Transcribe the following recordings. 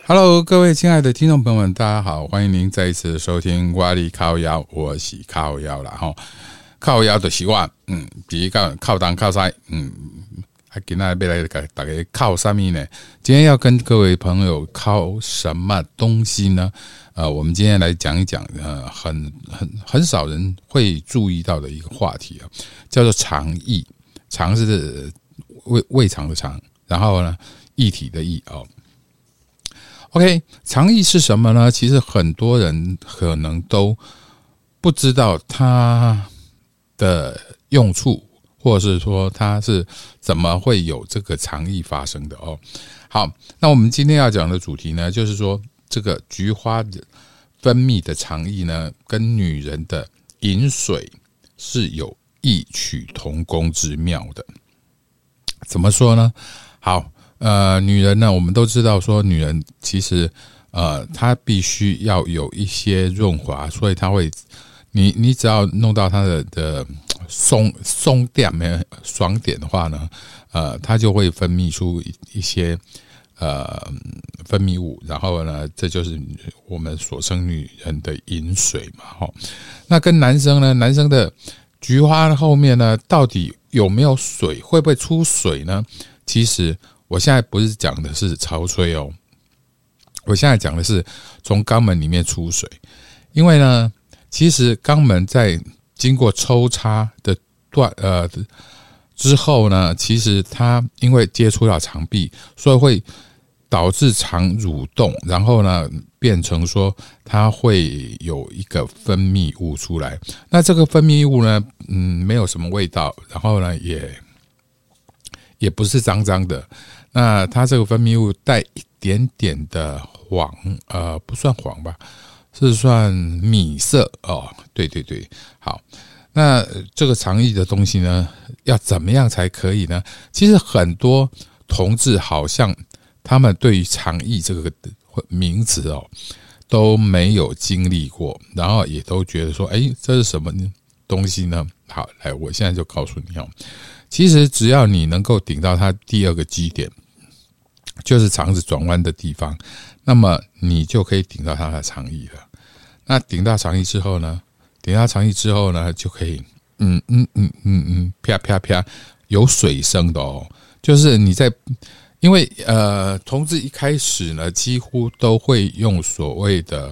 Hello， 各位亲爱的听众朋友们，大家好，欢迎您再一次收听我的靠腰，我是靠腰啦吼，靠腰的习惯，比靠当靠西，今天要来给大家靠什么呢？今天要跟各位朋友靠什么东西呢？我们今天来讲一讲，很少人会注意到的一个话题啊，叫做肠易。肠是胃肠的肠，然后呢，液体的液哦。OK， 肠易是什么呢？其实很多人可能都不知道它的用处，或者是说它是怎么会有这个肠易发生的哦。好，那我们今天要讲的主题呢，就是说这个菊花分泌的肠易呢，跟女人的饮水是有异曲同工之妙的。怎么说呢？好。女人呢，我们都知道说，女人其实她必须要有一些润滑，所以她会，你只要弄到她的松点没爽点的话呢，她就会分泌出一些分泌物，然后呢，这就是我们所称女人的饮水嘛，哈。那跟男生呢，男生的菊花后面呢，到底有没有水，会不会出水呢？其实我现在不是讲的是潮吹哦，我现在讲的是从肛门里面出水。因为呢，其实肛门在经过抽插的之后呢，其实它因为接触到肠壁，所以会导致肠蠕动，然后呢变成说它会有一个分泌物出来。那这个分泌物呢，没有什么味道，然后呢也不是脏脏的。那它这个分泌物带一点点的黄，不算黄吧，是算米色哦。对，好。那这个肠易的东西呢，要怎么样才可以呢？其实很多同志好像他们对于肠易这个名词哦都没有经历过，然后也都觉得说，这是什么东西呢？好，来，我现在就告诉你哦。其实只要你能够顶到它第二个基点，就是肠子转弯的地方，那么你就可以顶到它的肠易了。那顶到肠易之后呢，就可以啪啪啪有水声的哦。就是你在因为同志一开始呢，几乎都会用所谓的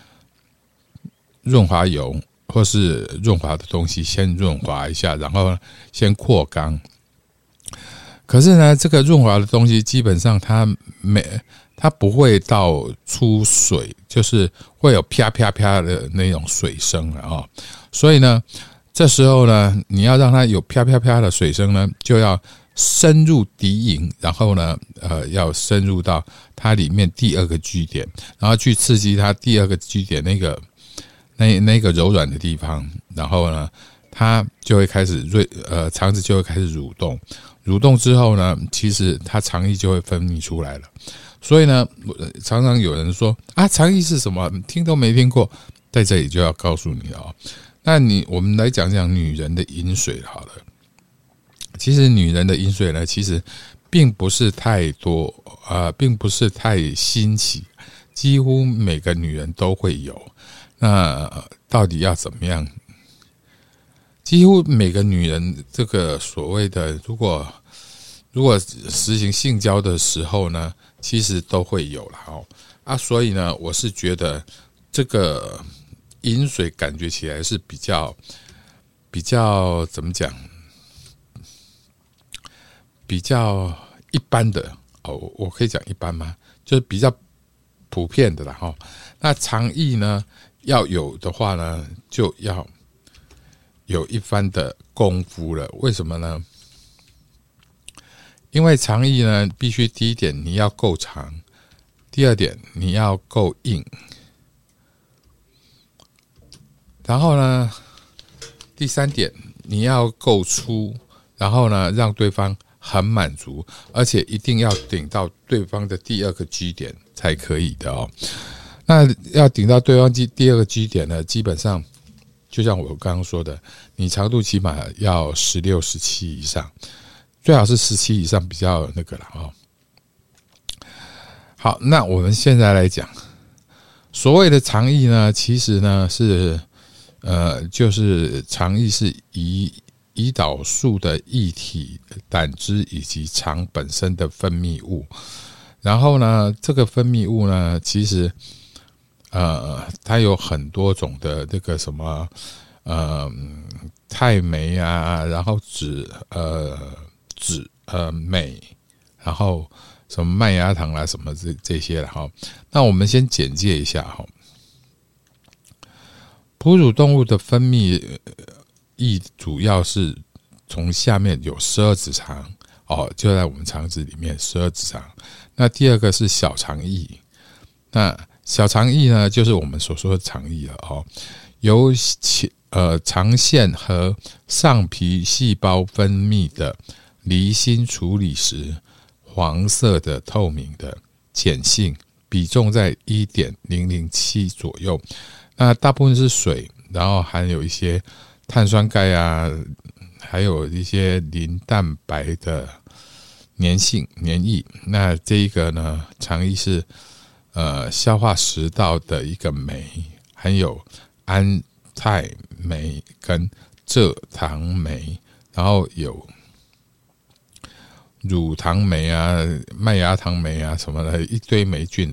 润滑油或是润滑的东西先润滑一下，然后先扩肛。可是呢，这个润滑的东西基本上它不会到出水，就是会有啪啪啪的那种水声啊。所以呢，这时候呢，你要让它有啪啪啪的水声呢，就要深入敌营，然后呢，要深入到它里面第二个G点，然后去刺激它第二个G点那个柔软的地方，然后呢，它就会开始肠子就会开始蠕动之后呢，其实它肠易就会分泌出来了。所以呢，常常有人说肠易是什么？听都没听过，在这里就要告诉你哦。那我们来讲讲女人的饮水好了。其实女人的饮水呢，其实并不是太多并不是太新奇，几乎每个女人都会有。那到底要怎么样？几乎每个女人这个所谓的如果实行性交的时候呢，其实都会有啦所以呢，我是觉得这个饮水感觉起来是比较怎么讲？比较一般的我可以讲一般吗？就是比较普遍的啦那肠易呢，要有的话呢，就要有一番的功夫了。为什么呢？因为肠易呢，必须第一点你要够长，第二点你要够硬，然后呢，第三点你要够粗，然后呢，让对方很满足，而且一定要顶到对方的第二个G点才可以的哦。那要顶到对方第二个G点呢，基本上就像我刚刚说的，你长度起码要16、17以上，最好是17以上比较那个啦好，那我们现在来讲，所谓的肠液呢，其实呢是就是肠液是胰岛素的液体、胆汁以及肠本身的分泌物。然后呢，这个分泌物呢，其实它有很多种的这个什么肽酶啊，然后酯镁，然后什么麦芽糖啦，什么这些啦哈。那我们先简介一下哈。哺乳动物的分泌液主要是从下面有12指肠就在我们肠子里面12指肠。那第二个是小肠液，那小肠液呢，就是我们所说的肠液了由肠腺和上皮细胞分泌的离心处理时黄色的透明的碱性，比重在 1.007 左右。那大部分是水，然后含有一些碳酸钙啊，还有一些磷蛋白的粘液。那这一个呢，肠液是消化食道的一个酶，含有安肽酶跟蔗糖酶，然后有乳糖酶啊、麦芽糖酶啊什么的，一堆霉菌，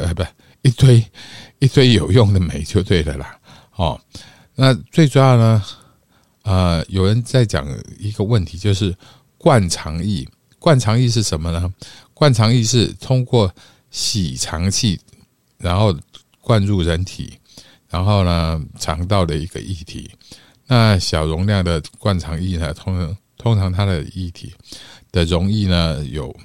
一堆有用的酶就对了啦。那最主要呢，有人在讲一个问题，就是灌肠液。灌肠液是什么呢？灌肠液是通过洗肠器，然后灌入人体，然后呢肠道的一个液体。那小容量的灌肠液呢，通常它的液体的溶液呢有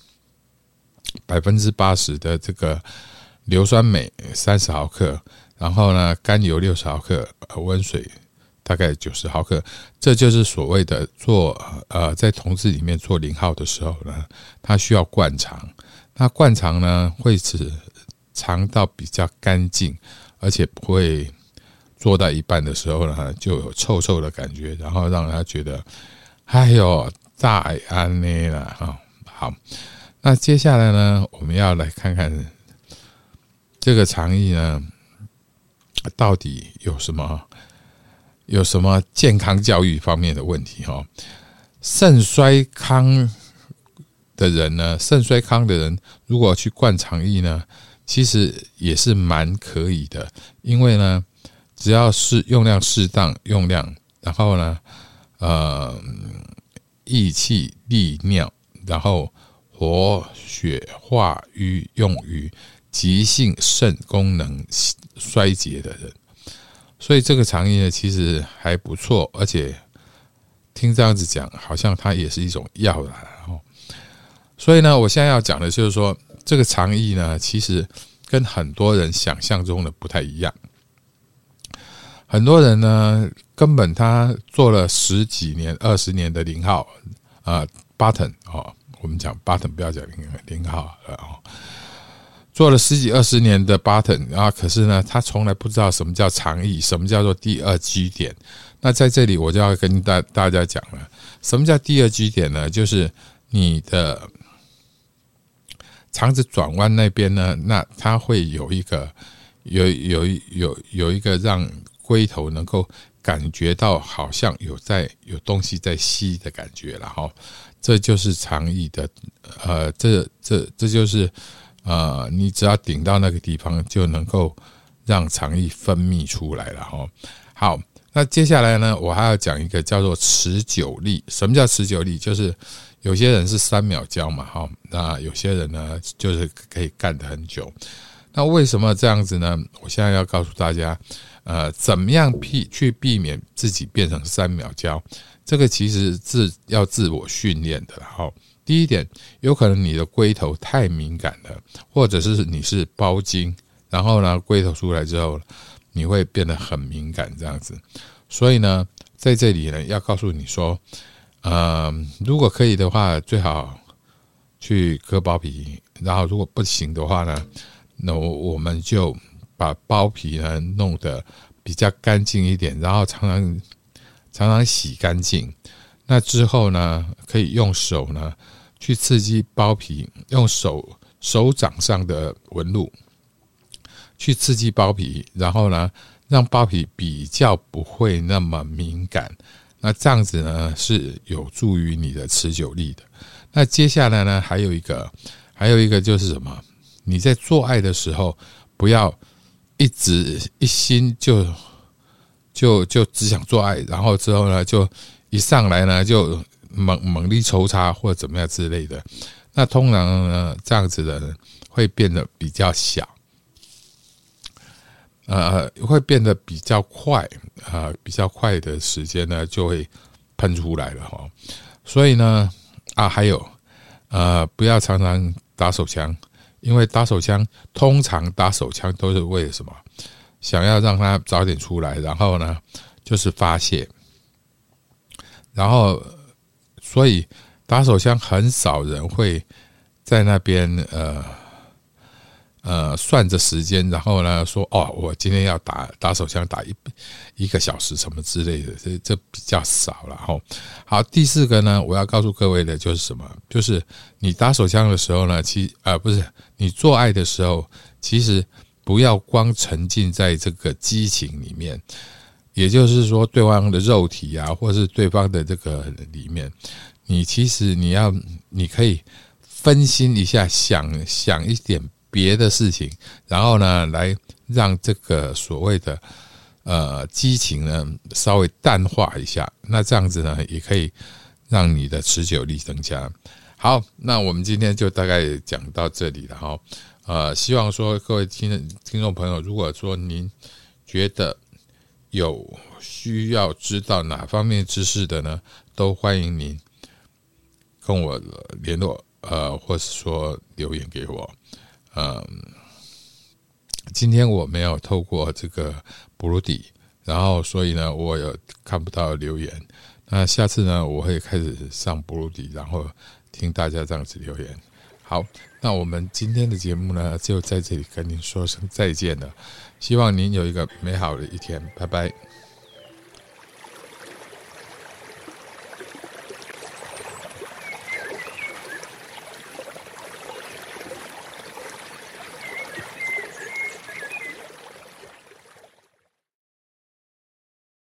80% 的这个硫酸镁30毫克，然后呢甘油60毫克，温水大概90毫克。这就是所谓的在同志里面做0号的时候呢，它需要灌肠。那灌肠呢会使肠道比较干净，而且不会做到一半的时候呢就有臭臭的感觉，然后让他觉得哎呦大安呢啦。好，那接下来呢，我们要来看看这个肠液呢到底有什么健康教育方面的问题肾衰康的人如果去灌肠液呢，其实也是蛮可以的，因为呢只要是用量适当，然后呢益气利尿，然后活血化瘀，用于急性肾功能衰竭的人。所以这个肠液呢其实还不错，而且听这样子讲好像它也是一种药啦。所以呢我现在要讲的就是说，这个肠液呢其实跟很多人想象中的不太一样。很多人呢根本他做了10几年20年的0号button 我们讲 button 不要讲0号做了10几20年的 button 可是呢他从来不知道什么叫肠液，什么叫做第二 G 点。那在这里我就要跟大家讲了，什么叫第二 G 点呢？就是你的肠子转弯那边呢，那它会有一个让龟头能够感觉到好像有东西在吸的感觉了这就是肠液的这就是你只要顶到那个地方就能够让肠液分泌出来了好，那接下来呢，我还要讲一个叫做持久力。什么叫持久力？就是有些人是3秒胶嘛那有些人呢就是可以干得很久。那为什么这样子呢？我现在要告诉大家怎么样去避免自己变成3秒胶。这个其实要自我训练的第一点，有可能你的龟头太敏感了，或者是你是包茎，然后呢龟头出来之后你会变得很敏感这样子。所以呢在这里呢要告诉你说如果可以的话最好去割包皮，然后如果不行的话呢，那我们就把包皮呢弄得比较干净一点，然后常常洗干净。那之后呢可以用手呢去刺激包皮，用手手掌上的纹路，去刺激包皮，然后呢，让包皮比较不会那么敏感。那这样子呢，是有助于你的持久力的。那接下来呢，还有一个就是什么？你在做爱的时候，不要一心就只想做爱，然后之后呢，就一上来呢就猛力抽插或者怎么样之类的。那通常呢，这样子的人会变得比较小，会变得比较快，比较快的时间呢就会喷出来了哈。所以呢，还有不要常常打手枪，因为通常打手枪都是为了什么？想要让它早点出来，然后呢就是发泄，然后所以打手枪很少人会在那边算着时间，然后呢说我今天要打手枪打一个小时什么之类的，这比较少了哈。好，第四个呢，我要告诉各位的就是什么？就是你打手枪的时候呢，不是你做爱的时候，其实不要光沉浸在这个激情里面，也就是说对方的肉体啊，或是对方的这个里面，其实你可以分心一下，想一点别的事情，然后呢，来让这个所谓的激情呢稍微淡化一下。那这样子呢，也可以让你的持久力增加。好，那我们今天就大概讲到这里了哈。希望说各位听众朋友，如果说您觉得有需要知道哪方面知识的呢，都欢迎您跟我联络，或是说留言给我。今天我没有透过这个布鲁迪，然后所以呢，我有看不到留言。那下次呢，我会开始上布鲁迪，然后听大家这样子留言。好，那我们今天的节目呢，就在这里跟您说声再见了。希望您有一个美好的一天，拜拜。